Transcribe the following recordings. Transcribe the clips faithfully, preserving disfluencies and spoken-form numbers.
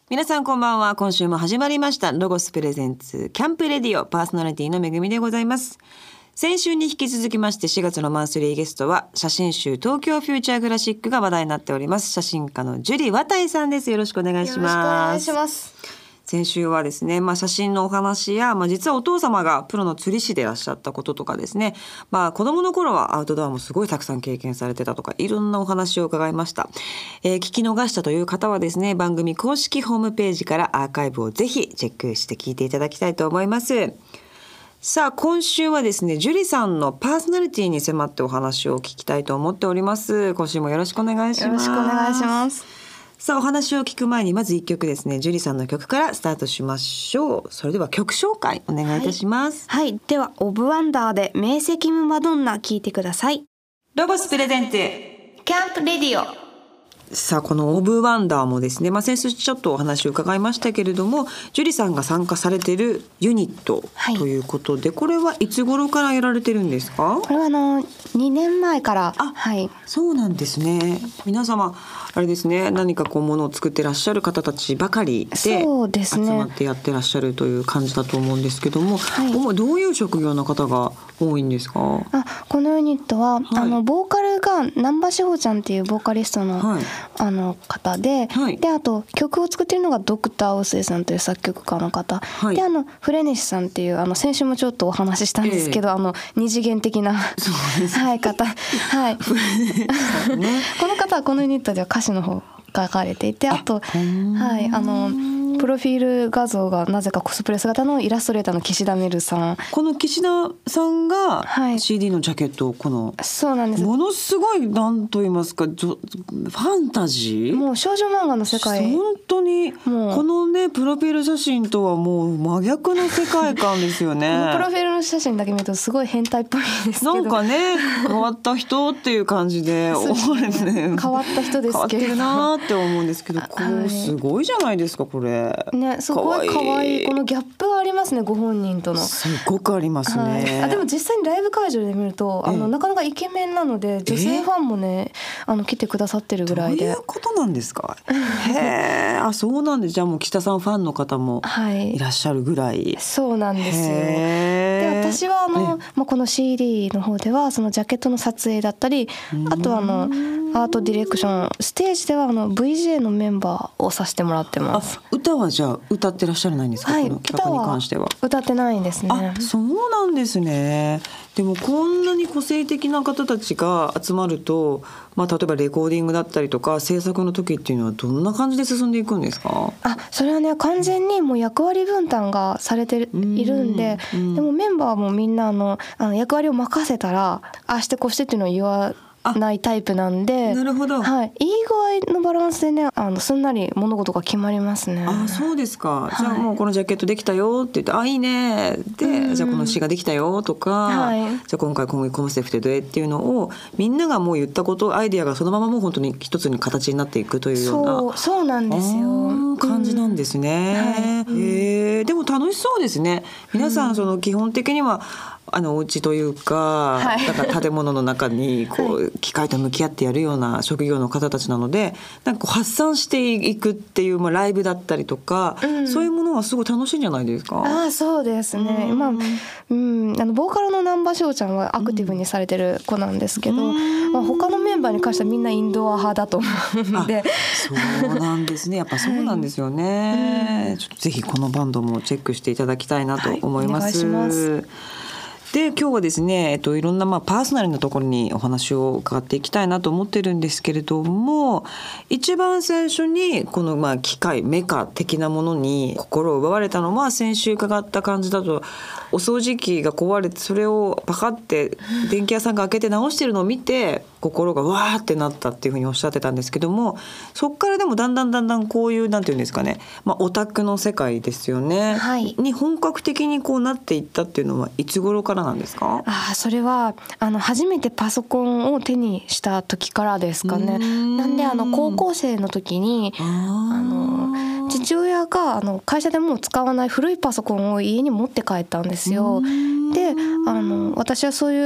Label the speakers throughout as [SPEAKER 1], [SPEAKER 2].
[SPEAKER 1] 皆さんこんばんは。今週も始まりましたロゴスプレゼンツキャンプレディオ、パーソナリティのめぐみでございます。先週に引き続きましてしがつのマンスリーゲストは写真集東京フューチャークラシックが話題になっております写真家のジュリ綿井さんです。よろしくお願いします。
[SPEAKER 2] よろしくお願いします。
[SPEAKER 1] 先週はですね、まあ、写真のお話や、まあ、実はお父様がプロの釣り師でいらっしゃったこととかですね、まあ、子供の頃はアウトドアもすごいたくさん経験されてたとか、いろんなお話を伺いました。えー、聞き逃したという方はですね、番組公式ホームページからアーカイブをぜひチェックして聞いていただきたいと思います。さあ、今週はですね、ジュリさんのパーソナリティに迫ってお話を聞きたいと思っております。今週もよろしくお願いします。
[SPEAKER 2] よろしくお願いします。
[SPEAKER 1] さあ、お話を聞く前にまずいっきょくですね、ジュリさんの曲からスタートしましょう。それでは曲紹介お願いいたします。
[SPEAKER 2] はい、はい、ではオブワンダーで明晰夢マドンナ聞いてください。
[SPEAKER 1] ロゴスプレゼンツ
[SPEAKER 2] キャンプレディオ。
[SPEAKER 1] さあ、このオブワンダーもですね、まあ、先週ちょっとお話を伺いましたけれども、ジュリさんが参加されているユニットということで、はい、これはいつ頃からやられてるんですか？
[SPEAKER 2] これはあのにねんまえから。
[SPEAKER 1] あ、
[SPEAKER 2] はい、
[SPEAKER 1] そうなんですね。皆様あれですね、何かこうものを作ってらっしゃる方たちばかりで集まってやってらっしゃるという感じだと思うんですけども、はい、どういう職業の方が多いんですか？
[SPEAKER 2] あ、このユニットは、はい、あのボーカルが南波志保ちゃんっていうボーカリストの、はい、あの方で、はい、であと曲を作っているのがドクター・オスエさんという作曲家の方、はい、であのフレネシさんっていうあの先週もちょっとお話ししたんですけど、えー、あの二次元的な、はい、方、はい、ね、この方はこのユニットでは歌詞の方書かれていて、あと、はい、あのプロフィール画像がなぜかコスプレ姿のイラストレーターの岸田メルさん。
[SPEAKER 1] この岸田さんが シーディー のジャケットをこの、
[SPEAKER 2] はい、そうなんです。
[SPEAKER 1] ものすごい何と言いますか、ファンタジー、
[SPEAKER 2] もう少女漫画の世界、
[SPEAKER 1] 本当にこのねプロフィール写真とはもう真逆の世界観ですよね。
[SPEAKER 2] プロフィールの写真だけ見るとすごい変態っぽいですけど、
[SPEAKER 1] なんかね変わった人っていう感じでね、
[SPEAKER 2] 変わった人ですけど、
[SPEAKER 1] 変わってるなって思うんですけど、こうすごいじゃないですかこれ。
[SPEAKER 2] ね、すごい可愛い。このギャップがありますね、ご本人との。
[SPEAKER 1] すごくありますね。はい、
[SPEAKER 2] あでも実際にライブ会場で見ると、あのなかなかイケメンなので女性ファンもねあの来てくださってるぐらいで。
[SPEAKER 1] どういうことなんですか？へえ、あ、そうなんです。じゃあもう岸田さんファンの方もいらっしゃるぐらい。はい、
[SPEAKER 2] そうなんですよ。で私はあの、まあ、この シーディー の方ではそのジャケットの撮影だったり、あとはあのアートディレクション、ステージではあの ブイジェー のメンバーをさせてもらってます。
[SPEAKER 1] あ、歌はじゃあ歌ってらっしゃらないんですか？はい、この企画に関しては
[SPEAKER 2] 歌ってないんですね。
[SPEAKER 1] あ、そうなんですね。でもこんなに個性的な方たちが集まると、まあ、例えばレコーディングだったりとか制作の時っていうのはどんな感じで進んでいくんですか？
[SPEAKER 2] あ、それはね完全にもう役割分担がされているんで、うん、でもメンバーもみんなあのあの役割を任せたらああしてこうしてっていうのを言わないタイプなんで。
[SPEAKER 1] なるほど、
[SPEAKER 2] はい、いい具合のバランスでね、あのすんなり物事が決まりますね。
[SPEAKER 1] あ、そうですか。はい、じゃあもうこのジャケットできたよって言って、あ、いいねで、うん、じゃあこの詩ができたよとか、はい、じゃあ今回このコンセプトでっていうのをみんながもう言ったこと、アイデアがそのままもう本当に一つに形になっていくというような、
[SPEAKER 2] そうそうなんですよ、
[SPEAKER 1] 感じなんですね。うん、へえ、でも楽しそうですね。皆さんその基本的にはあのお家というか、はい、だから建物の中にこう、はい、機械と向き合ってやるような職業の方たちなので、なんかこう発散していくっていう、まあ、ライブだったりとか、うん、そういうものはすごい楽しいんじゃないですか？
[SPEAKER 2] あ、そうですね、うんまあうん、あのボーカルの南波翔ちゃんはアクティブにされてる子なんですけど、うんまあ、他のメンバーに関してはみんなインドア派だと思うので。
[SPEAKER 1] そうなんですね。やっぱそうなんですよね。はい、ちょっとぜひこのバンドもチェックしていただきたいなと思います。はい、お願いします。で今日はですね、えっと、いろんなまあパーソナルなところにお話を伺っていきたいなと思ってるんですけれども、一番最初にこのまあ機械メカ的なものに心を奪われたのは、先週伺った感じだとお掃除機が壊れてそれをパカって電気屋さんが開けて直してるのを見て心がわーってなったっていうふうにおっしゃってたんですけども、そっからでもだんだんだんだんこういうなんていうんですかね、まあ、オタクの世界ですよね、はい、に本格的にこうなっていったっていうのはいつ頃からなんですか？
[SPEAKER 2] あ、それはあの初めてパソコンを手にした時からですかね。んなんであの高校生の時にあの父親があの会社でもう使わない古いパソコンを家に持って帰ったんですよ。であの私はそういう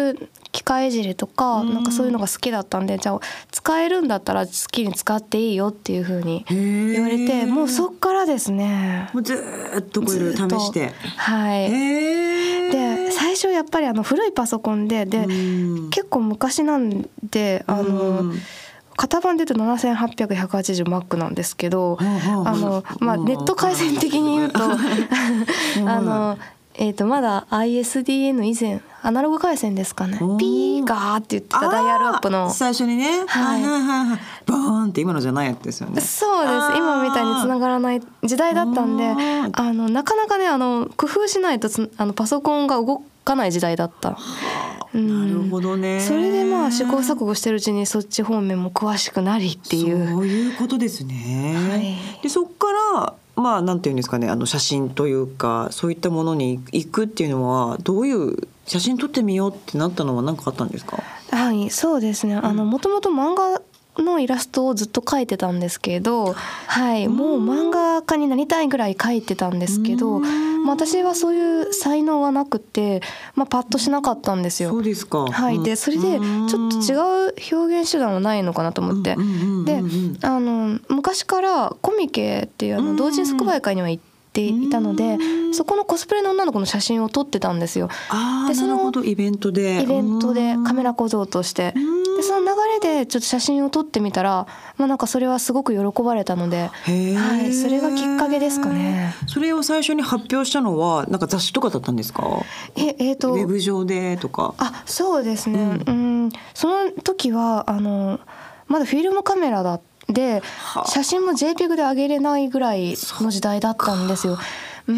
[SPEAKER 2] 機械いじりとかなんかそういうのが好きだったんで、じゃあ使えるんだったら好きに使っていいよっていう風に言われて、もうそっからですね、
[SPEAKER 1] もうずっとこういうの試して、
[SPEAKER 2] はい。で最初やっぱりあの古いパソコンでで結構昔なんで、あの型番で言うと ななせんはっぴゃくひゃくはちじゅうマック なんですけど、あの、まあ、ネット回線的に言うとあのえー、とまだ アイエスディーエヌ 以前アナログ回線ですかね、ピーガーって言ってたダイヤルアップの
[SPEAKER 1] 最初にね、はいはいはいはい、バーンって今のじゃないやつですよね。
[SPEAKER 2] そうです、今みたいに繋がらない時代だったんで、あのなかなかねあの工夫しないとつあのパソコンが動かない時代だった、
[SPEAKER 1] うん、なるほどね。
[SPEAKER 2] それでまあ試行錯誤してるうちにそっち方面も詳しくなりっていう、
[SPEAKER 1] そういうことですね、はい、でそっからまあなんていうんですかね、あの写真というかそういったものに行くっていうのはどういう写真撮ってみようってなったのは何かあったんですか？
[SPEAKER 2] はい、そうですね、あのもともと漫画のイラストをずっと描いてたんですけど、はい、もう漫画家になりたいぐらい描いてたんですけど、まあ、私はそういう才能はなくて、まあ、パッとしなかったんですよ。
[SPEAKER 1] そうですか。
[SPEAKER 2] はい、でそれでちょっと違う表現手段はないのかなと思って、であの昔からコミケっていうあの同人即売会には行ってていたので、そこのコスプレの女の子の写真を撮ってたんですよ。
[SPEAKER 1] あでそのなるほど、イベントで
[SPEAKER 2] イベントでカメラ小僧として、でその流れでちょっと写真を撮ってみたら、まあ、なんかそれはすごく喜ばれたので、はい、それがきっかけですかね。
[SPEAKER 1] それを最初に発表したのはなんか雑誌とかだったんですか？
[SPEAKER 2] え、えーと、
[SPEAKER 1] ウェブ上でとか。
[SPEAKER 2] あ、そうですね、うん、うん、その時はあのまだフィルムカメラだったで写真も ジェイペグ で上げれないぐらいの時代だったんですよ。うん、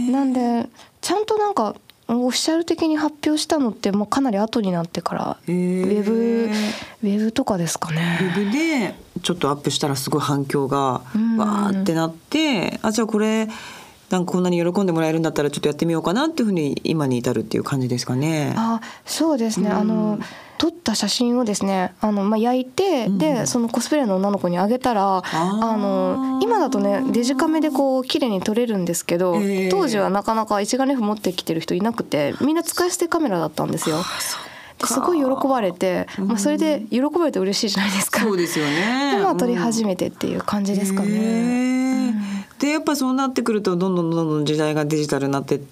[SPEAKER 2] なんでちゃんとなんかオフィシャル的に発表したのってもうかなり後になってから、ウェブウェブとかですかね。
[SPEAKER 1] ウェブでちょっとアップしたらすごい反響がわーってなって、あ、じゃあこれなんかこんなに喜んでもらえるんだったらちょっとやってみようかなっていうふうに今に至るっていう感じですかね。
[SPEAKER 2] あ、そうですね、あの撮った写真をですね、あの、まあ、焼いて、うん、でそのコスプレの女の子にあげたら、あの今だとねデジカメでこう綺麗に撮れるんですけど、えー、当時はなかなか一眼レフ持ってきてる人いなくて、みんな使い捨てカメラだったんですよ。ですごい喜ばれて、まあ、それで喜ばれて嬉しいじゃないですか。
[SPEAKER 1] そうですよね。
[SPEAKER 2] で、まあ、撮り始めてっていう感じですかね。
[SPEAKER 1] えーでやっぱそうなってくるとどんどんどんどん時代がデジタルになっていって、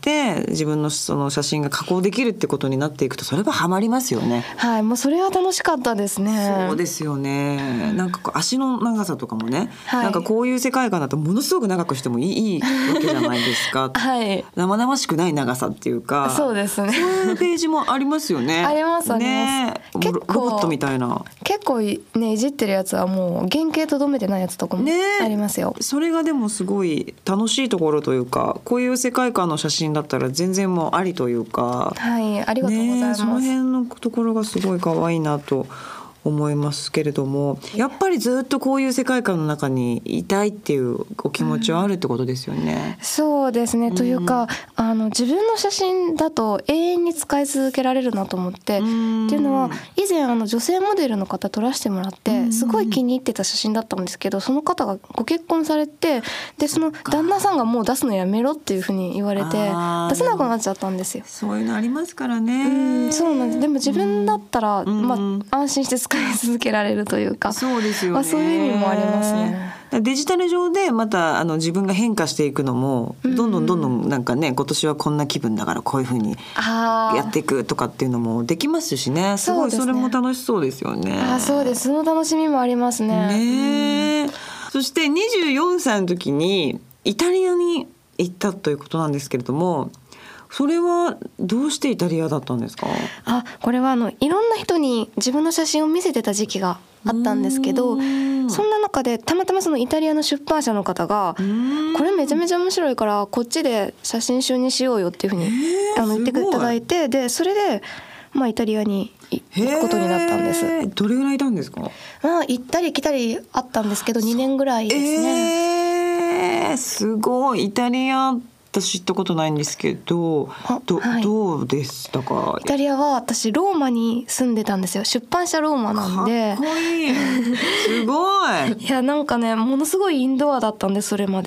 [SPEAKER 1] 自分のその写真が加工できるってことになっていくと、それはハマりますよね。
[SPEAKER 2] はい、もうそれは楽しかったですね。
[SPEAKER 1] そうですよね。なんかこう足の長さとかもね、はい、なんかこういう世界観だとものすごく長くしてもいい、いいわけじゃないですか。はい、生々しくない長さっていうか。
[SPEAKER 2] そうですね。
[SPEAKER 1] そういうページもありますよね。
[SPEAKER 2] ありますあります。
[SPEAKER 1] 結構ロボットみたいな。
[SPEAKER 2] 結構ねいじってるやつはもう原型とどめてないやつとかもありますよ。
[SPEAKER 1] ね、それがでもすごい楽しいところというか、こういう世界観の写真だったら全然もうありというか。
[SPEAKER 2] はい、ありがとうございます。
[SPEAKER 1] ね、その辺のところがすごい可愛いなと思いますけれども、やっぱりずっとこういう世界観の中にいたいっていうお気持ちはあるってことですよね。
[SPEAKER 2] うん、そうですね、というかあの自分の写真だと永遠に使い続けられるなと思って、っていうのは以前あの女性モデルの方撮らせてもらってすごい気に入ってた写真だったんですけど、その方がご結婚されて、でその旦那さんがもう出すのやめろっていうふうに言われて出せなくなっちゃったんですよ。
[SPEAKER 1] そういうのありますからね。
[SPEAKER 2] うん、そうなんです。でも自分だったら、まあ、安心して使使い続けられるというか、
[SPEAKER 1] そうですよね、
[SPEAKER 2] まあ、そういう意味もありますね。
[SPEAKER 1] デジタル上でまたあの自分が変化していくのもどんどんどんどんなんかね、今年はこんな気分だからこういう風にやっていくとかっていうのもできますしね。すごいそれも楽しそうですよね。
[SPEAKER 2] あ、そうです。その楽しみもありますね。
[SPEAKER 1] ね、そしてにじゅうよんさいの時にイタリアに行ったということなんですけれども、それはどうしてイタリアだったんですか？
[SPEAKER 2] あ、これはあのいろんな人に自分の写真を見せてた時期があったんですけど、そんな中でたまたまそのイタリアの出版社の方がこれめちゃめちゃ面白いからこっちで写真集にしようよっていうふうにあの言っていただいて、でそれでまあイタリアに行くことになったんです。
[SPEAKER 1] どれぐらいいたんですか？
[SPEAKER 2] まあ行ったり来たりあったんですけどにねんぐらいですね。
[SPEAKER 1] えー、すごい。イタリア私知ったことないんですけど、ど、はい、どうでしたか？
[SPEAKER 2] イタリアは私ローマに住んでたんですよ。出版社ローマなんで。
[SPEAKER 1] かっこいい。すごい。
[SPEAKER 2] いやなんかねものすごいインドアだったんで、それまで。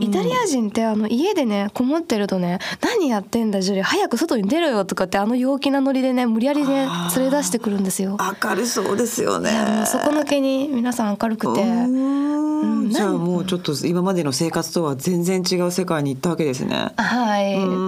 [SPEAKER 2] イタリア人ってあの家でねこもってるとね、何やってんだジュリ早く外に出ろよとかってあの陽気なノリでね無理やりね連れ出してくるんですよ。
[SPEAKER 1] 明るそうですよね。
[SPEAKER 2] いやもう底抜けに皆さん明るくて、
[SPEAKER 1] うん、じゃあもうちょっと今までの生活とは全然違う世界に行ったわけですね。
[SPEAKER 2] はい、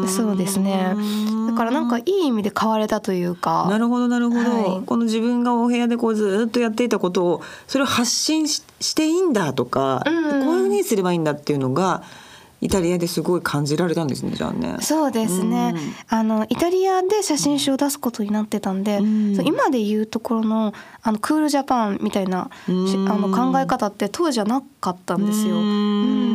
[SPEAKER 2] そうですね。だからなんかいい意味で変われたというか。
[SPEAKER 1] なるほどなるほど、
[SPEAKER 2] はい、
[SPEAKER 1] この自分がお部屋でこうずっとやっていたことをそれを発信 し, していいんだとか、うん、こういうふうにすればいいんだっていうのがイタリアですごい感じられたんですね。じゃあね。
[SPEAKER 2] そうですね、うん、あのイタリアで写真集を出すことになってたんで、うん、今でいうところ の, あのクールジャパンみたいな、うん、あの考え方って当時はなかったんですよ。うん、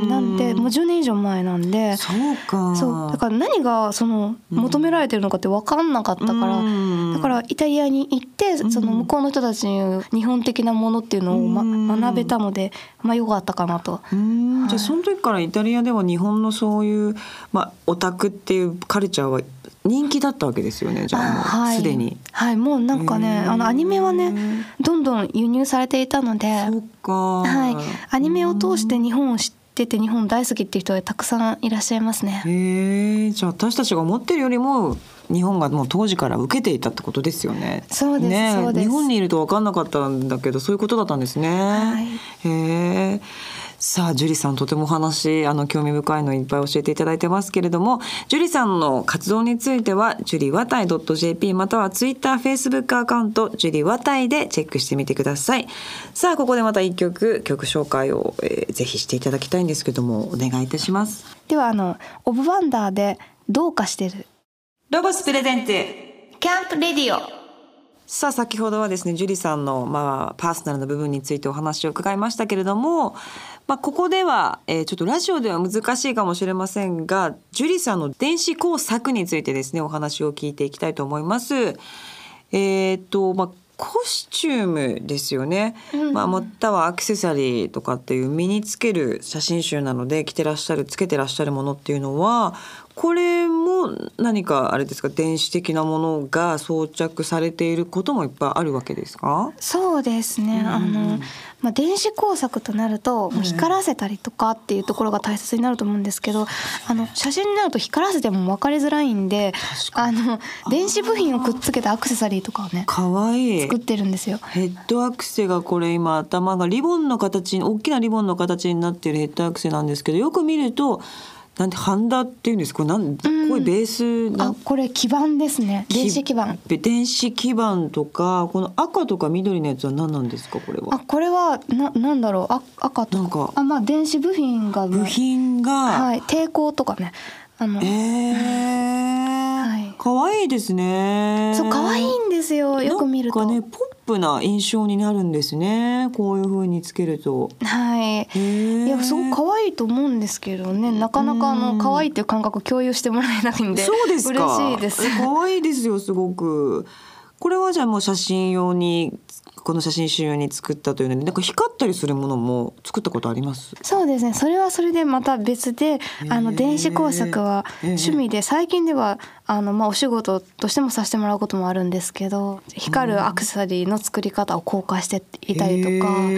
[SPEAKER 2] なんでもうじゅうねん以上前なんで、
[SPEAKER 1] そうか。
[SPEAKER 2] そうだから何がその求められてるのかって分かんなかったから、うん、だからイタリアに行ってその向こうの人たちに日本的なものっていうのを、ま、学べたので、まあ、よかったかなと。
[SPEAKER 1] うん、はい、じゃあその時からイタリアでは日本のそういう、まあ、オタクっていうカルチャーは人気だったわけですよね。じゃあもうすでに、
[SPEAKER 2] はい、はい、もうなんかねあのアニメはねどんどん輸入されていたので、
[SPEAKER 1] そうか、
[SPEAKER 2] はい、アニメを通して日本を知ってて日本大好きっていう人がたくさんいらっしゃいますね。
[SPEAKER 1] へえ、じゃあ私たちが思ってるよりも日本がもう当時から受けていたってことですよね。
[SPEAKER 2] そうです、ね、そうです。
[SPEAKER 1] 日本にいると分かんなかったんだけどそういうことだったんですね。はい、へえ。さあジュリさんとてもお話あの興味深いのいっぱい教えていただいてますけれども、ジュリさんの活動についてはジュリワタイ .jp またはツイッター、フェイスブックアカウントジュリワタイでチェックしてみてください。さあここでまた一曲曲紹介を、えー、ぜひしていただきたいんですけどもお願いいたします。
[SPEAKER 2] ではあのオブワンダーでどうかしてる。
[SPEAKER 1] ロゴスプレゼンツ
[SPEAKER 2] キャンプレディオ。
[SPEAKER 1] さあ先ほどはですねジュリさんの、まあ、パーソナルな部分についてお話を伺いましたけれども、まあ、ここでは、えー、ちょっとラジオでは難しいかもしれませんがジュリさんの電子工作についてですねお話を聞いていきたいと思います。えーとまあコスチュームですよね、うんまあ、またはアクセサリーとかっていう身につける写真集なので着てらっしゃるつけてらっしゃるものっていうのはこれも何かあれですか電子的なものが装着されていることもいっぱいあるわけですか？
[SPEAKER 2] そうですね、うんあのまあ、電子工作となるともう光らせたりとかっていうところが大切になると思うんですけど、あの写真になると光らせても分かりづらいんであの電子部品をくっつけたアクセサリーとかをね
[SPEAKER 1] かわいい
[SPEAKER 2] 作ってるんですよ。
[SPEAKER 1] ヘッドアクセがこれ今頭がリボンの形に大きなリボンの形になっているヘッドアクセなんですけどよく見るとなんてハンダっていうんですか、なんこういうベースな、
[SPEAKER 2] あこれ基板ですね。電子基板
[SPEAKER 1] 電子基板とかこの赤とか緑のやつは何なんですか？これは
[SPEAKER 2] あこれはななんだろうあ赤とかなんかあ、まあ、電子部品が
[SPEAKER 1] 部品が、
[SPEAKER 2] はい、抵抗とかねあの、
[SPEAKER 1] えーはい、かわいいですね。
[SPEAKER 2] そうかわいいんですよ。よく見ると
[SPEAKER 1] なんかねポップな印象になるんですね。こういう風につけると
[SPEAKER 2] はいいやすごく可愛いと思うんですけどねなかなかあの可愛いっていう感覚を共有してもらえないんで
[SPEAKER 1] そうですか
[SPEAKER 2] 嬉しいです。
[SPEAKER 1] 可愛いですよすごく。これはじゃあもう写真用にこの写真集用に作ったというのでなんか光ったりするものも作ったことあります？
[SPEAKER 2] そうですねそれはそれでまた別であの電子工作は趣味で最近ではあのまあお仕事としてもさせてもらうこともあるんですけど光るアクセサリーの作り方を公開していたりとか、はい、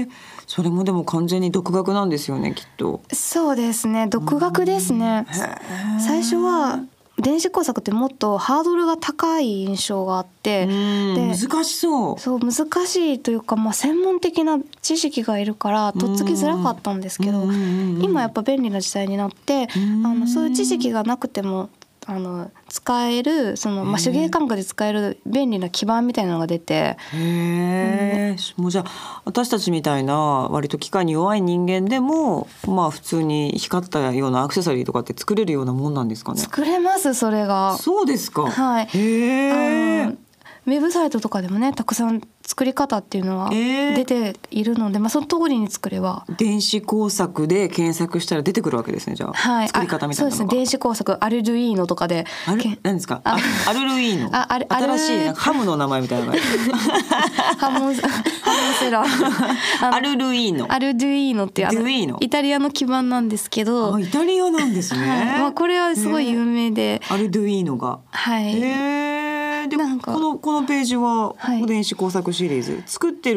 [SPEAKER 1] それもでも完全に独学なんですよねきっと。
[SPEAKER 2] そうですね独学ですね。最初は電子工作ってもっとハードルが高い印象があって
[SPEAKER 1] で難しそう
[SPEAKER 2] そう難しいというか、まあ、専門的な知識がいるからとっつきづらかったんですけど今やっぱ便利な時代になってあのそういう知識がなくてもあの使えるその、まあ、手芸感覚で使える便利な基板みたいなのが出て
[SPEAKER 1] へー、うん、もうじゃあ私たちみたいな割と機械に弱い人間でもまあ普通に光ったようなアクセサリーとかって作れるようなもんなんですかね？
[SPEAKER 2] 作れますそれが。
[SPEAKER 1] そうですか。
[SPEAKER 2] はい。
[SPEAKER 1] へー。
[SPEAKER 2] ウェブサイトとかでもねたくさん作り方っていうのは出ているので、えーまあ、その通りに作れば
[SPEAKER 1] 電子工作で検索したら出てくるわけですね。じゃあ、はい、作り方みたいなのが
[SPEAKER 2] そうですね電子工作アルドゥイーノとかで
[SPEAKER 1] あれ何ですかあアルルイーノああ新しいなんかハムの名前みたいな
[SPEAKER 2] ハモンハモンセラ
[SPEAKER 1] アルルイーノ
[SPEAKER 2] アルドゥイーノっていうあのイタリアの基板なんですけど
[SPEAKER 1] あイタリアなんですね、
[SPEAKER 2] はいまあ、これはすごい有名で
[SPEAKER 1] アルドゥイーノが
[SPEAKER 2] はい
[SPEAKER 1] へーでこのこのページは電子工作シリーズ、はい、作ってる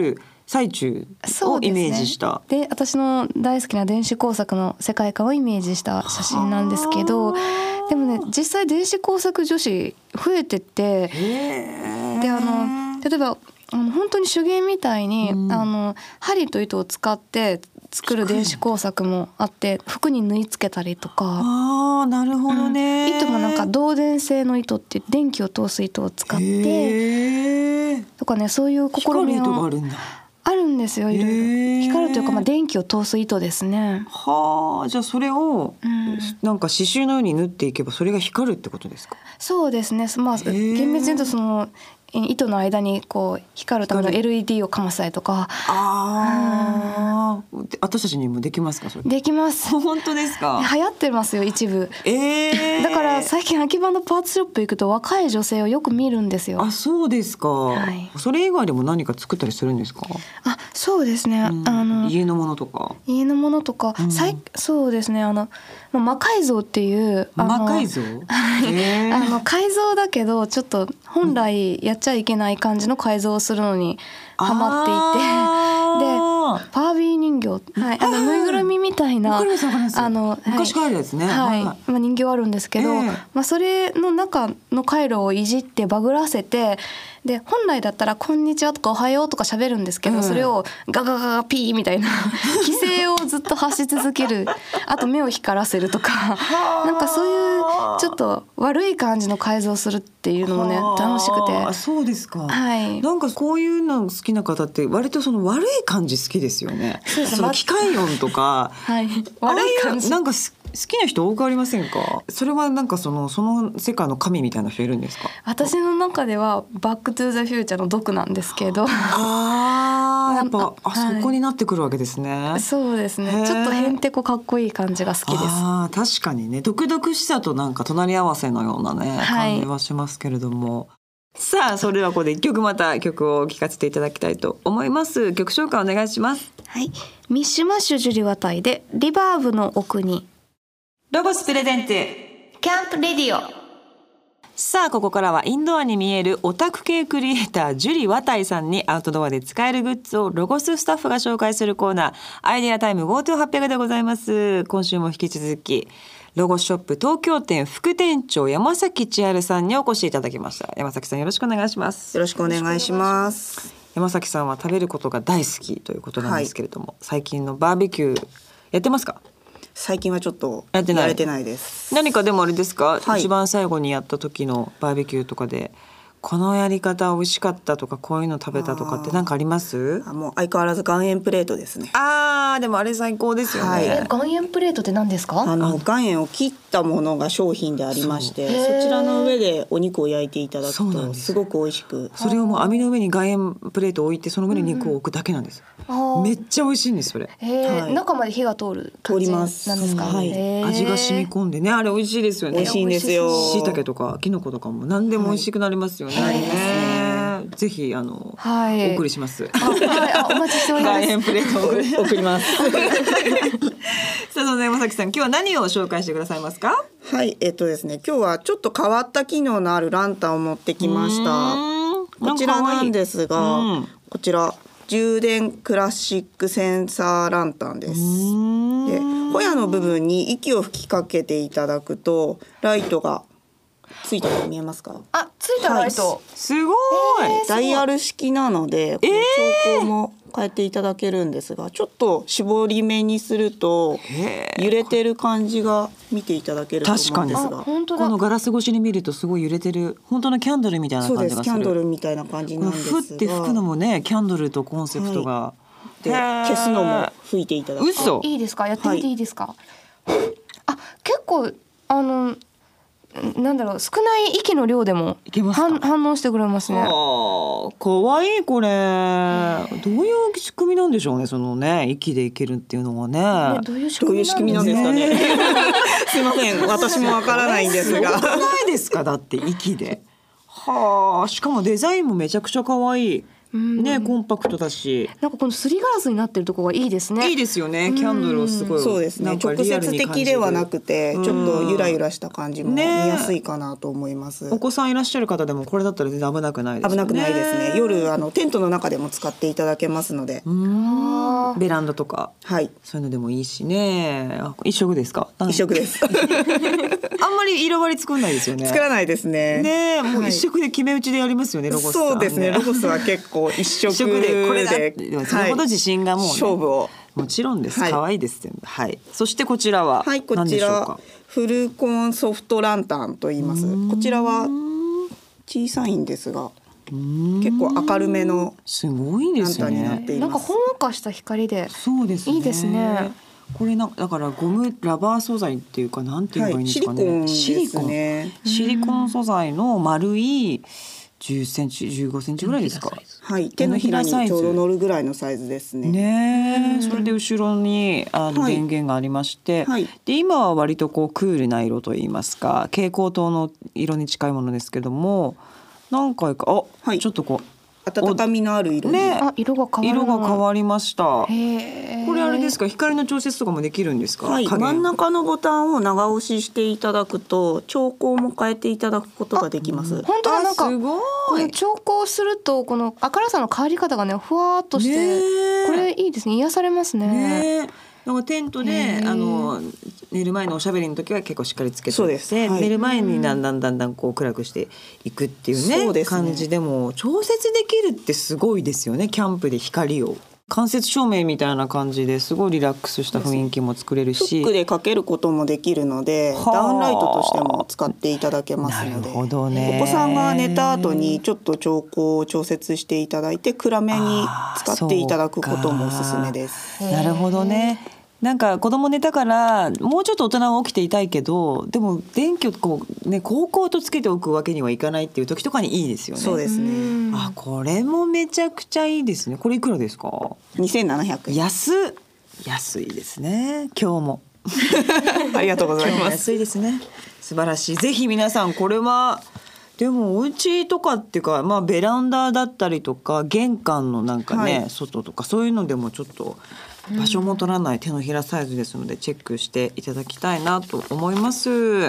[SPEAKER 1] 最中をイメージした。
[SPEAKER 2] で、ね、私の大好きな電子工作の世界観をイメージした写真なんですけど、でもね実際電子工作女子増えてって、であの例えばあの本当に手芸みたいに、うん、あの針と糸を使って作る電子工作もあって、服に縫い付けたりとか。
[SPEAKER 1] あー、なるほどね、
[SPEAKER 2] うん、糸もなんか導電性の糸って電気を通す糸を使ってとかね、そういう試み
[SPEAKER 1] 糸があるんだ。
[SPEAKER 2] あるんですよ、いろいろ。光るというか、まあ、電気を通す糸ですね。
[SPEAKER 1] はあ、じゃあそれを、うん、なんか刺繍のように縫っていけばそれが光るってことですか？
[SPEAKER 2] そうですね、まあ、厳密に言うとその糸の間にこう光るための エルイーディー をかましたりとか。
[SPEAKER 1] ああ、うん、私たちにもできますか？それ
[SPEAKER 2] できます。
[SPEAKER 1] 本当ですか？
[SPEAKER 2] 流行ってますよ、一部。
[SPEAKER 1] えー、
[SPEAKER 2] だから最近秋葉のパーツショップ行くと若い女性をよく見るんですよ。
[SPEAKER 1] あ、そうですか、はい、それ以外でも何か作ったりするんですか？
[SPEAKER 2] あ、そうですね、うん、あの
[SPEAKER 1] 家のものとか
[SPEAKER 2] 家のものとか、うん、そうですね、あの魔改造っていう
[SPEAKER 1] 魔改造
[SPEAKER 2] あの改造だけどちょっと本来やっちゃいけない感じの改造をするのにハマっていて、でパービー人形、はい、あのぬいぐるみみたいな
[SPEAKER 1] あ
[SPEAKER 2] の
[SPEAKER 1] 昔からあるやつね、
[SPEAKER 2] はいはい、まあ、人形あるんですけど、えーまあ、それの中の回路をいじってバグらせて、で本来だったらこんにちはとかおはようとか喋るんですけど、うん、それをガガガガピーみたいな規制をずっと発し続ける、あと目を光らせるとかなんかそういうちょっと悪い感じの改造するっていうのもね楽しくて。
[SPEAKER 1] あ、そうですか、
[SPEAKER 2] はい、
[SPEAKER 1] なんかこういうの好きな方って割とその悪い感じ好きですよね。
[SPEAKER 2] そうです、
[SPEAKER 1] その機械音とか、
[SPEAKER 2] はい、悪い感じ
[SPEAKER 1] なんか好きな人多くありませんか？それはなんかそのその世界の神みたいな人いるんですか？
[SPEAKER 2] 私の中ではバックトゥーザフューチャーのドクなんですけど
[SPEAKER 1] あやっぱあ、はい、そこになってくるわけですね。
[SPEAKER 2] そうですね、ちょっとへんてこかっこいい感じが好きです。
[SPEAKER 1] あ、確かにね、独々しさとなんか隣り合わせのようなね、はい、感じはしますけれども、さあそれではここで一曲また曲を聴かせていただきたいと思います。曲紹介お願いします。
[SPEAKER 2] はい、ミッシュマッシュジュリワタイでリバーブの奥に。
[SPEAKER 1] ロゴスプレゼンツ
[SPEAKER 2] キャンプレディオ。
[SPEAKER 1] さあここからはインドアに見えるオタク系クリエイタージュリ・ワタイさんにアウトドアで使えるグッズをロゴススタッフが紹介するコーナー、アイデアタイム ゴートゥーはっぴゃく でございます。今週も引き続きロゴスショップ東京店副店長山崎千春さんにお越しいただきました。山崎さん、よろしくお願いします。
[SPEAKER 3] よろしくお願いします。
[SPEAKER 1] 山崎さんは食べることが大好きということなんですけれども、はい、最近のバーベキューやってますか？
[SPEAKER 3] 最近はちょっとやれてないです。
[SPEAKER 1] 何かでもあれですか、はい、一番最後にやった時のバーベキューとかでこのやり方美味しかったとか、こういうの食べたとかって何かあります？
[SPEAKER 3] あ、もう相変わらず岩塩プレートですね。
[SPEAKER 1] あー、でもあれ最高ですよね、はい、
[SPEAKER 2] 岩塩プレートって何ですか？
[SPEAKER 3] あの岩塩を切ったものが商品でありまして、 そ, そちらの上でお肉を焼いていただくとすごく美味しく。
[SPEAKER 1] それをもう網の上に岩塩プレートを置いてその上に肉を置くだけなんです、うん、めっちゃ美味しいんですそれ、
[SPEAKER 2] はい、中まで火が通る感じなんですか？
[SPEAKER 3] 通ります、はい、
[SPEAKER 1] 味が染み込んでね、あれ美味しいですよね。
[SPEAKER 3] 美味しいんですよ。
[SPEAKER 1] 椎茸とかキノコとかも何でも美味しくなりますよね、はい、ね、ぜひあの、はい、お送りします。
[SPEAKER 2] あ、はい、あ、お待ちしております。
[SPEAKER 1] 岩塩プレートを
[SPEAKER 3] 送ります。
[SPEAKER 1] さあ、その山崎さん、今日は何を紹介してくださいますか？
[SPEAKER 3] はい、えっとですね、今日はちょっと変わった機能のあるランタンを持ってきました。こちらなんですが、うん、こちら充電クラシックセンサーランタンです。で、ホヤの部分に息を吹きかけていただくとライトがついたの見えますか？
[SPEAKER 2] あ、ついたライト、はい、
[SPEAKER 1] すごい、
[SPEAKER 3] えー、ダイヤル式なので、この調光も変えていただけるんですが、えー、ちょっと絞り目にすると揺れてる感じが見ていただけると思うんですが、
[SPEAKER 2] 本当だ、
[SPEAKER 1] このガラス越しに見るとすごい揺れてる、本当のキャンドルみたいな感じがする。
[SPEAKER 3] そうです、キャンドルみたいな感じなんですが、
[SPEAKER 1] ふって吹くのもね、キャンドルとコンセプトが、は
[SPEAKER 3] い、で消すのも吹いていただくと。
[SPEAKER 1] 嘘、
[SPEAKER 2] いいですか？やってみていいですか？はい、あ、結構あのなんだろう、少ない息の量でも反応してくれますね。あ、
[SPEAKER 1] かわいい。これどういう仕組みなんでしょうね、そのね、息でいけるっていうのは ね, ね
[SPEAKER 3] どういう仕組みなんですかね。すいません、私もわからないんですが。
[SPEAKER 1] すごくないですか？だって息で。はあ、しかもデザインもめちゃくちゃかわいい。 ね、コンパクトだし、
[SPEAKER 2] なんかこのすりガラスになってるところがいいですね。
[SPEAKER 1] いいですよね。キャンドルをすごい、
[SPEAKER 3] そうですね。直接的ではなくて、ちょっとゆらゆらした感じも見やすいかなと思います。
[SPEAKER 1] お子さんいらっしゃる方でもこれだったら全然危なくないですね。
[SPEAKER 3] 危なくないですね。夜あのテントの中でも使っていただけますので、
[SPEAKER 1] うんベランダとか、
[SPEAKER 3] はい、
[SPEAKER 1] そういうのでもいいしね。あ、一色ですか？
[SPEAKER 3] 一色です。
[SPEAKER 1] あんまり色割り作んないですよね。
[SPEAKER 3] 作らないですね。
[SPEAKER 1] ね、もう一色で決め打ちでやりますよね、ロゴスさんね。
[SPEAKER 3] そうですね。ロゴスは結構一色で
[SPEAKER 1] これだってそれほど自信がもう、ね、
[SPEAKER 3] 勝負を
[SPEAKER 1] もちろんです。可愛いです全部。はい。そしてこちらは
[SPEAKER 3] はい、こちらフルコンソフトランタンと言います。こちらは小さいんですが、結構明るめの
[SPEAKER 1] すごいですね。
[SPEAKER 3] ランタンになっています。
[SPEAKER 2] なんかほんわかした光で、
[SPEAKER 1] そうですね。
[SPEAKER 2] いいですね。
[SPEAKER 1] これなだからゴムラバー素材っていうかなんていうのがいいんですかね。
[SPEAKER 3] はい、シリコンですね。
[SPEAKER 1] シリコン素材の丸いじゅっセンチじゅうごセンチぐらいですか。
[SPEAKER 3] はい、手のひらにちょうど乗るぐらいのサイズですね。
[SPEAKER 1] ね、それで後ろにあの電源がありまして、はい、で今は割とこうクールな色といいますか蛍光灯の色に近いものですけども、何回かあ、はい、ちょっとこう
[SPEAKER 3] 温かみのある色に、
[SPEAKER 1] ね、
[SPEAKER 2] あ色が変わる
[SPEAKER 1] 色が変わりました。
[SPEAKER 2] へ
[SPEAKER 1] これあれですか、光の調節とかもできるんですか？
[SPEAKER 3] はい、真ん中のボタンを長押ししていただくと調光も変えていただくことができます。
[SPEAKER 2] 本当だ、なんか
[SPEAKER 1] すごい
[SPEAKER 2] この調光するとこの明るさの変わり方がねふわーっとして、これいいですね。癒されますね。
[SPEAKER 1] ね、なんかテントであの寝る前のおしゃべりの時は結構しっかりつけて、
[SPEAKER 3] そうです、はい、
[SPEAKER 1] 寝る前にだんだんだんだんこう暗くしていくっていうね、そうですね、感じでも調節できるってすごいですよね。キャンプで光を間接照明みたいな感じですごいリラックスした雰囲気も作れるし、
[SPEAKER 3] フックでかけることもできるのでダウンライトとしても使っていただけますので、
[SPEAKER 1] なるほどね、
[SPEAKER 3] お子さんが寝た後にちょっと調光を調節していただいて暗めに使っていただくこともおすすめです。
[SPEAKER 1] なるほどね。なんか子供寝たからもうちょっと大人は起きていたいけど、でも電気をこうね高々とつけておくわけにはいかないっていう時とかにいいですよね。
[SPEAKER 3] そうですね。
[SPEAKER 1] あ、これもめちゃくちゃいいですね。これいくらですか？
[SPEAKER 3] にせんななひゃくえん。
[SPEAKER 1] 安安いですね。今日も
[SPEAKER 3] ありがとうございます。
[SPEAKER 1] 安いですね。素晴らしい。ぜひ皆さんこれはでもお家とかっていうか、まあ、ベランダだったりとか玄関のなんかね、はい、外とかそういうのでもちょっと場所も取らない手のひらサイズですのでチェックしていただきたいなと思います。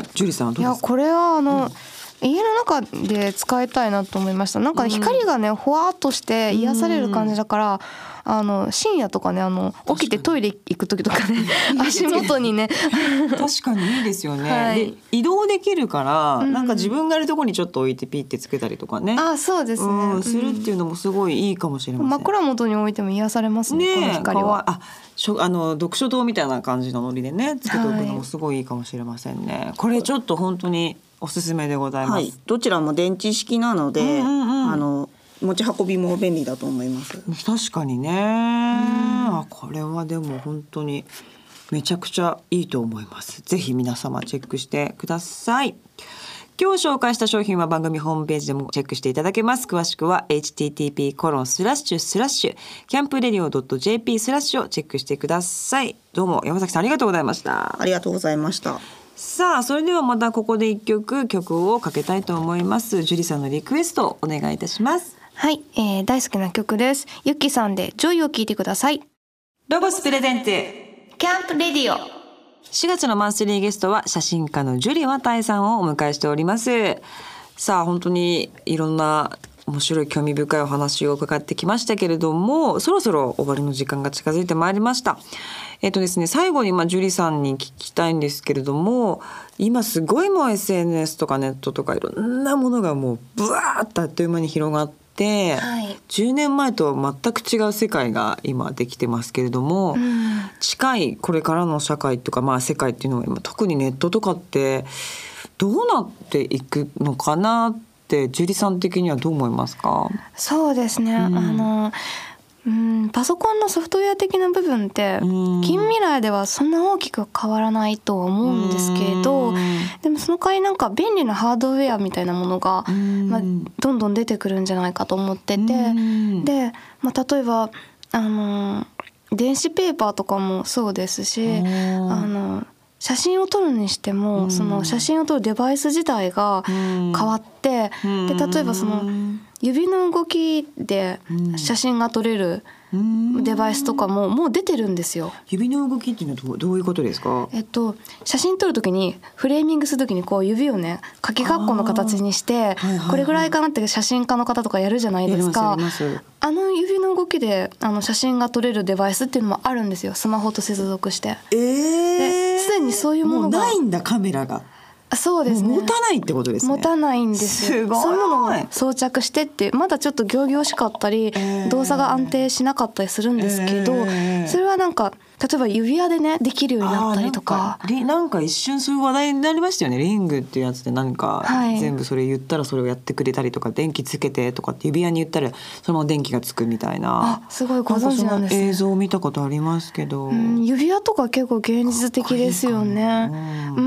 [SPEAKER 1] ジュリさんはどうですか？
[SPEAKER 2] いやこれはあの、うん、家の中で使いたいなと思いました。なんか、ね、光がねほわっとして癒される感じだから、うん、あの深夜とかねあの起きてトイレ行く時とかね足元にね
[SPEAKER 1] 確かにいいですよね、
[SPEAKER 2] はい、
[SPEAKER 1] で移動できるから、うん、なんか自分がいるところにちょっと置いてピッてつけたりとかね、
[SPEAKER 2] あ、そうですね、
[SPEAKER 1] うん、するっていうのもすごいいいかもしれません。
[SPEAKER 2] 枕元に置いても癒されますね、この光は。
[SPEAKER 1] ああの読書灯みたいな感じのノリでねつけておくのもすごいいいかもしれませんね、はい、これちょっと本当におすすめでございます、はい、
[SPEAKER 3] どちらも電池式なので、うんうんうん、あの持ち運びも便利だと思います。
[SPEAKER 1] 確かにね、あこれはでも本当にめちゃくちゃいいと思います。ぜひ皆様チェックしてください。今日紹介した商品は番組ホームページでもチェックしていただけます。詳しくは エイチティーティーピーコロンスラッシュスラッシュキャンプレディオ ドット ジェーピー スラッシュをチェックしてください。どうも山崎さんありがとうございました。
[SPEAKER 3] ありがとうございました。
[SPEAKER 1] さあそれではまたここで一曲曲をかけたいと思います。ジュリさんのリクエストをお願いいたします。
[SPEAKER 2] はい、えー、大好きな曲です。ゆきさんでジョイを聴いてください。
[SPEAKER 1] ロゴスプレゼンツ
[SPEAKER 2] キャンプレディオ。
[SPEAKER 1] しがつのマンスリーゲストは写真家のジュリワタイさんをお迎えしております。さあ本当にいろんな面白い興味深いお話を伺ってきましたけれども、そろそろ終わりの時間が近づいてまいりました。えっとですね、最後にまあジュリさんに聞きたいんですけれども、今すごいもう エスエヌエス とかネットとかいろんなものがもうブワーッとあっという間に広がって、はい、じゅうねんまえとは全く違う世界が今できてますけれども、うん、近いこれからの社会とか、まあ、世界っていうのは今特にネットとかってどうなっていくのかなってジュリさん的にはどう思いますか？
[SPEAKER 2] そうですね、うん、あのうん、パソコンのソフトウェア的な部分って近未来ではそんな大きく変わらないとは思うんですけれど、でもその代わりなんか便利なハードウェアみたいなものが、まあ、どんどん出てくるんじゃないかと思ってて、で、まあ、例えばあの電子ペーパーとかもそうですし、あの写真を撮るにしてもその写真を撮るデバイス自体が変わって、で例えばその指の動きで写真が撮れるデバイスとかももう出てるんですよ。
[SPEAKER 1] 指の動きっていうのはどう、どういうことですか？
[SPEAKER 2] えっと写真撮るときにフレーミングするときにこう指をねかき括弧の形にして、はいはいはい、これぐらいかなって写真家の方とかやるじゃないですか。あの指の動きであの写真が撮れるデバイスっていうのもあるんですよ。スマホと接続して。
[SPEAKER 1] えー、
[SPEAKER 2] すでにそういうものが
[SPEAKER 1] もうないんだ、カメラが。
[SPEAKER 2] そうですね。
[SPEAKER 1] 持たないってことですね。
[SPEAKER 2] 持たないんですよ。
[SPEAKER 1] すごい。
[SPEAKER 2] そういうものを装着してってまだちょっと仰々しかったり、えー、動作が安定しなかったりするんですけど、えー、それはなんか例えば指輪でねできるようになったりとか。
[SPEAKER 1] なんか、なんか一瞬そういう話題になりましたよね。リングっていうやつで何か全部それ言ったらそれをやってくれたりとか、電気つけてとかって指輪に言ったらそのまま電気がつくみたいな。
[SPEAKER 2] あ、すごいご存知なんですね。
[SPEAKER 1] 映像を見たことありますけど、
[SPEAKER 2] うん、指輪とか結構現実的ですよね。うん。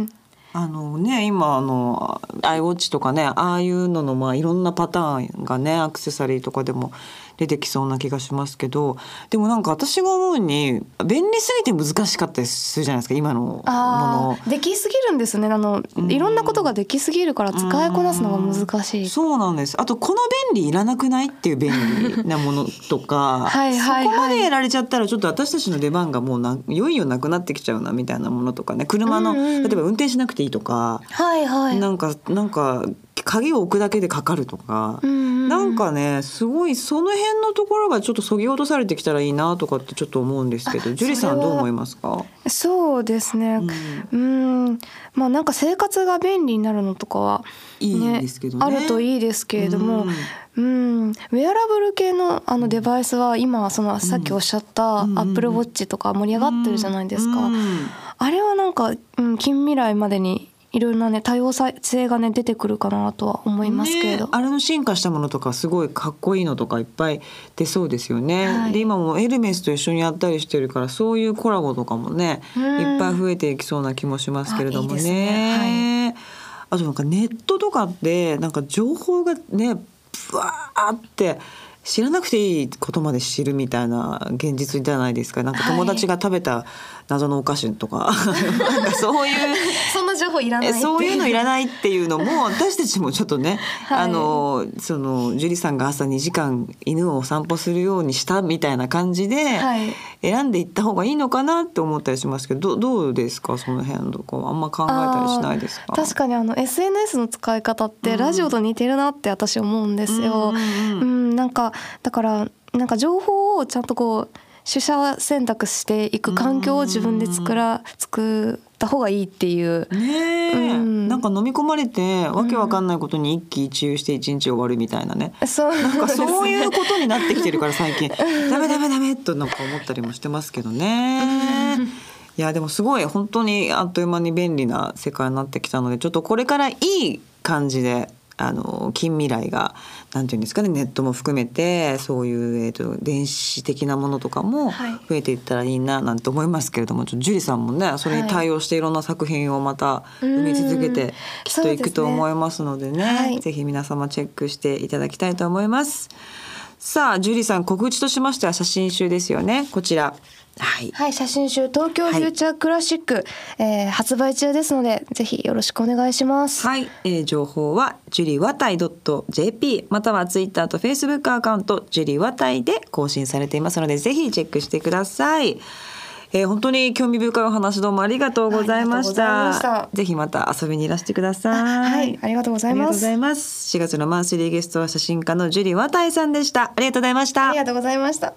[SPEAKER 1] あのね、今あの iWatch とかね、ああいうののまあいろんなパターンがねアクセサリーとかでも出てきそうな気がしますけど、でもなんか私が思うに便利すぎて難しかったりするじゃないですか、今のもの。
[SPEAKER 2] あ、できすぎるんですね。あの、うん、いろんなことができすぎるから使いこなすのが難しい、うん、
[SPEAKER 1] そうなんです。あとこの便利いらなくないっていう便利なものとかはいはい、はい、そこまでやられちゃったらちょっと私たちの出番がもうないよいよなくなってきちゃうなみたいなものとかね、車の、うんうん、例えば運転しなくていいとか、
[SPEAKER 2] はいはい、
[SPEAKER 1] なんかなんか鍵を置くだけでかかるとか、うんうん、なんかねすごいその辺のところがちょっとそぎ落とされてきたらいいなとかってちょっと思うんですけど、ジュリさんどう思いますか？
[SPEAKER 2] そうですね、うん、うん、まあなんか生活が便利になるのとかは、ね、いいですけどね、あるといいですけれども、うんうん、ウェアラブル系のあのデバイスは今そのさっきおっしゃったアップルウォッチとか盛り上がってるじゃないですか、うんうん、あれはなんか、うん、近未来までにいろいろなね多様性がね出てくるかなとは思いますけれど、
[SPEAKER 1] ね、あれの進化したものとかすごいかっこいいのとかいっぱい出そうですよね、はい、で今もエルメスと一緒にやったりしてるからそういうコラボとかもねいっぱい増えていきそうな気もしますけれどもね。いいですね、はい、あとなんかネットとかってなんか情報がねブワーって知らなくていいことまで知るみたいな現実じゃないですか。なんか友達が食べた謎のお菓子とか、はい、なんかそういう
[SPEAKER 2] そんな情報いらないっていう
[SPEAKER 1] そういうのいらないっていうのも私たちもちょっとね、はい、あのそのジュリさんが朝にじかん犬をお散歩するようにしたみたいな感じで選んでいった方がいいのかなって思ったりしますけど、 ど, どうですかその辺とかあんま考えたりしないですか？
[SPEAKER 2] 確かにあの エスエヌエス の使い方ってラジオと似てるなって私思うんですよ、うんうん、なんかだからなんか情報をちゃんとこう取捨選択していく環境を自分で作ら作った方がいいっていう
[SPEAKER 1] ね、うん、なんか飲み込まれてわけわかんないことに一喜一憂して一日終わるみたいなね、
[SPEAKER 2] うん、そうなん
[SPEAKER 1] かそういうことになってきてるから最近ダメダメダメとなんか思ったりもしてますけどね、うん、いやでもすごい本当にあっという間に便利な世界になってきたので、ちょっとこれからいい感じであの近未来がなんていうんですかね、ネットも含めてそういう、えーと、電子的なものとかも増えていったらいいななんて思いますけれども、はい、ちょっとジュリさんもねそれに対応していろんな作品をまた生み続けてきっといくと思いますのでね、はい、ぜひ皆様チェックしていただきたいと思います。さあジュリさん、告知としましては写真集ですよね、こちら。はい、
[SPEAKER 2] はい、写真集東京フューチャークラシック、はい、えー、発売中ですのでぜひよろしくお願いします。
[SPEAKER 1] はい、えー、情報はジュリワタイ .jp またはツイッターとフェイスブックアカウントジュリワタイで更新されていますのでぜひチェックしてください。えー、本当に興味深いお話どうもありがとうございました。した。ぜひまた遊びにいらしてください。
[SPEAKER 2] はい、ありがとうございます。ありがとうございます。
[SPEAKER 1] しがつのマンスリーゲストは写真家のジュリワタイさんでした。ありがとうございました。
[SPEAKER 2] ありがとうございました。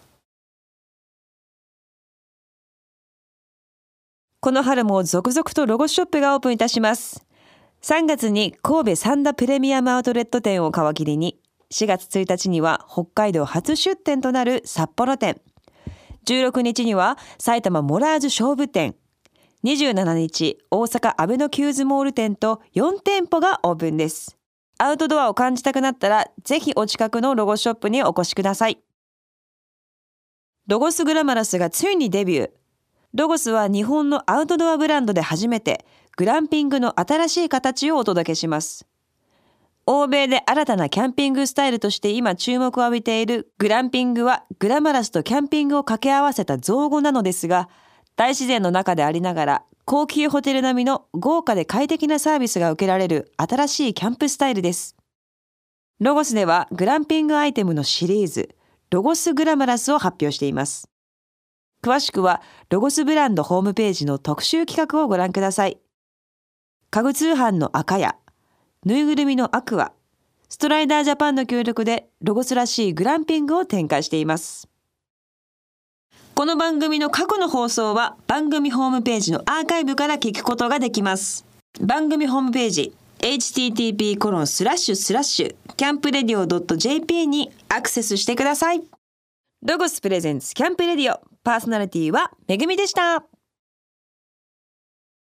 [SPEAKER 4] この春も続々とロゴショップがオープンいたします。さんがつに神戸三田プレミアムアウトレット店を皮切りに、しがつついたちには北海道初出店となる札幌店、じゅうろくにちには埼玉モラーズ勝負店、にじゅうしちにち大阪アベノキューズモール店とよんてんぽがオープンです。アウトドアを感じたくなったらぜひお近くのロゴショップにお越しください。ロゴスグラマラスがついにデビュー。ロゴスは日本のアウトドアブランドで初めてグランピングの新しい形をお届けします。欧米で新たなキャンピングスタイルとして今注目を浴びているグランピングはグラマラスとキャンピングを掛け合わせた造語なのですが、大自然の中でありながら高級ホテル並みの豪華で快適なサービスが受けられる新しいキャンプスタイルです。 ロゴスではグランピングアイテムのシリーズロゴスグラマラスを発表しています。詳しくはロゴスブランドホームページの特集企画をご覧ください。家具通販の赤やぬいぐるみのアクア、ストライダージャパンの協力でロゴスらしいグランピングを展開しています。この番組の過去の放送は番組ホームページのアーカイブから聞くことができます。番組ホームページ エイチティーティーピーコロンスラッシュスラッシュキャンプレディオドットジェーピー にアクセスしてください。ロゴスプレゼンツキャンプレディオ、パーソナリティはめぐみでした。